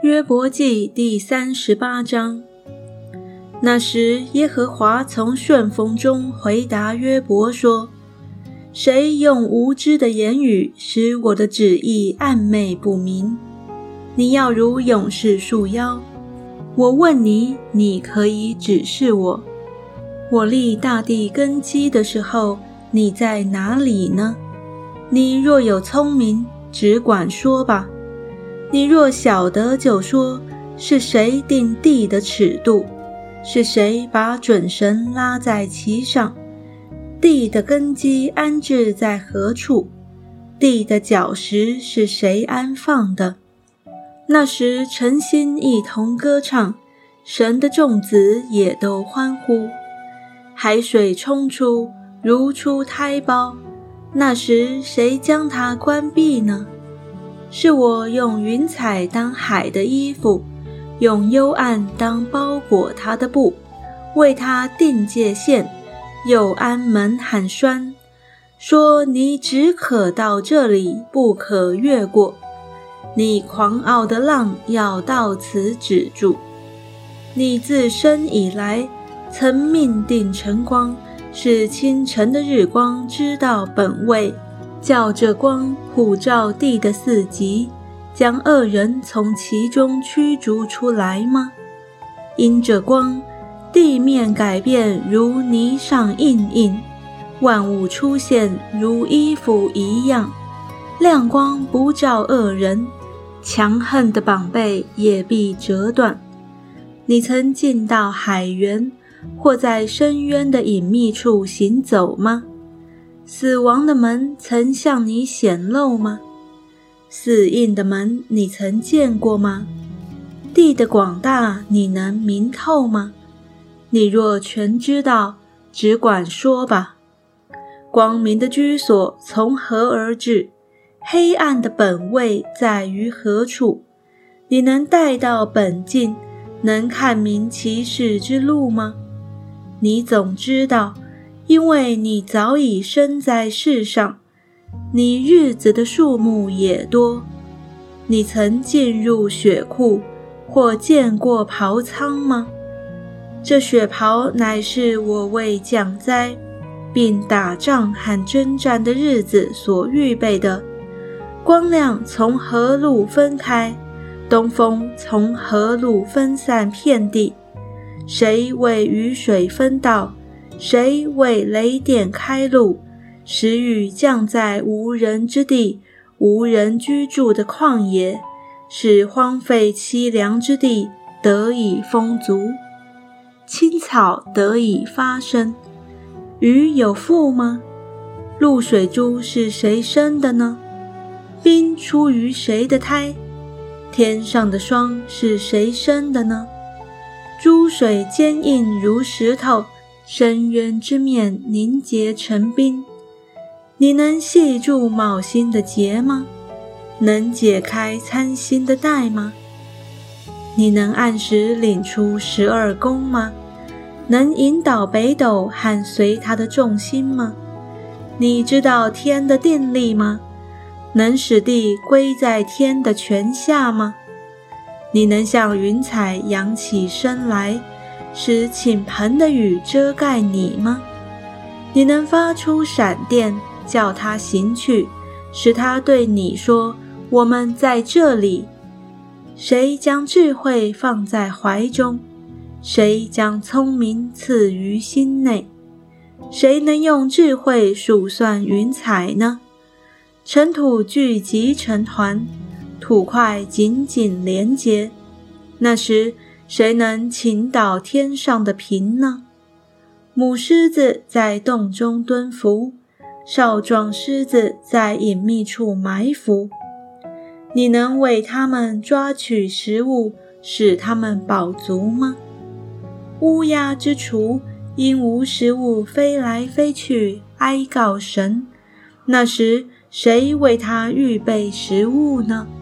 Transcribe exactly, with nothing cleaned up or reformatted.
约伯记第三十八章。那时耶和华从旋风中回答约伯说：谁用无知的言语使我的旨意暗昧不明？你要如勇士束腰，我问你，你可以指示我。我立大地根基的时候，你在哪里呢？你若有聪明，只管说吧。你若晓得，就说，是谁定地的尺度？是谁把准绳拉在其上？地的根基安置在何处？地的角石是谁安放的？那时诚心一同歌唱，神的众子也都欢呼。海水冲出，如出胎胞，那时谁将它关闭呢？是我用云彩当海的衣服，用幽暗当包裹它的布，为它定界限，又安门喊栓，说你只可到这里，不可越过。你狂傲的浪要到此止住。你自生以来，曾命定晨光，使清晨的日光知道本位，叫这光普照地的四极，将恶人从其中驱逐出来吗？因这光，地面改变如泥上印印，万物出现如衣服一样。亮光不照恶人，强横的膀臂也必折断。你曾进到海源，或在深渊的隐秘处行走吗？死亡的门曾向你显露吗？死印的门你曾见过吗？地的广大你能明透吗？你若全知道，只管说吧。光明的居所从何而至？黑暗的本位在于何处？你能带到本境，能看明其事之路吗？你总知道，因为你早已生在世上，你日子的数目也多。你曾进入血库，或见过袍仓吗？这血袍乃是我为降灾，并打仗和征战的日子所预备的。光亮从何路分开？东风从何路分散遍地？谁为雨水分道？谁为雷电开路？使雨降在无人之地，无人居住的旷野，使荒废凄凉之地得以丰足，青草得以发生。鱼有腹吗？露水珠是谁生的呢？冰出于谁的胎？天上的霜是谁生的呢？珠水坚硬如石头，深渊之面凝结成冰。你能系住卯星的结吗？能解开参星的带吗？你能按时领出十二宫吗？能引导北斗和随它的众星吗？你知道天的定力吗？能使地归在天的权下吗？你能像云彩扬起身来，使倾盆的雨遮盖你吗？你能发出闪电，叫它行去，使它对你说，我们在这里。谁将智慧放在怀中？谁将聪明赐于心内？谁能用智慧数算云彩呢？尘土聚集成团，土块紧紧连结。那时谁能倾倒天上的瓶呢？母狮子在洞中蹲伏，少壮狮子在隐秘处埋伏。你能为它们抓取食物，使它们饱足吗？乌鸦之雏因无食物飞来飞去，哀告神。那时谁为它预备食物呢？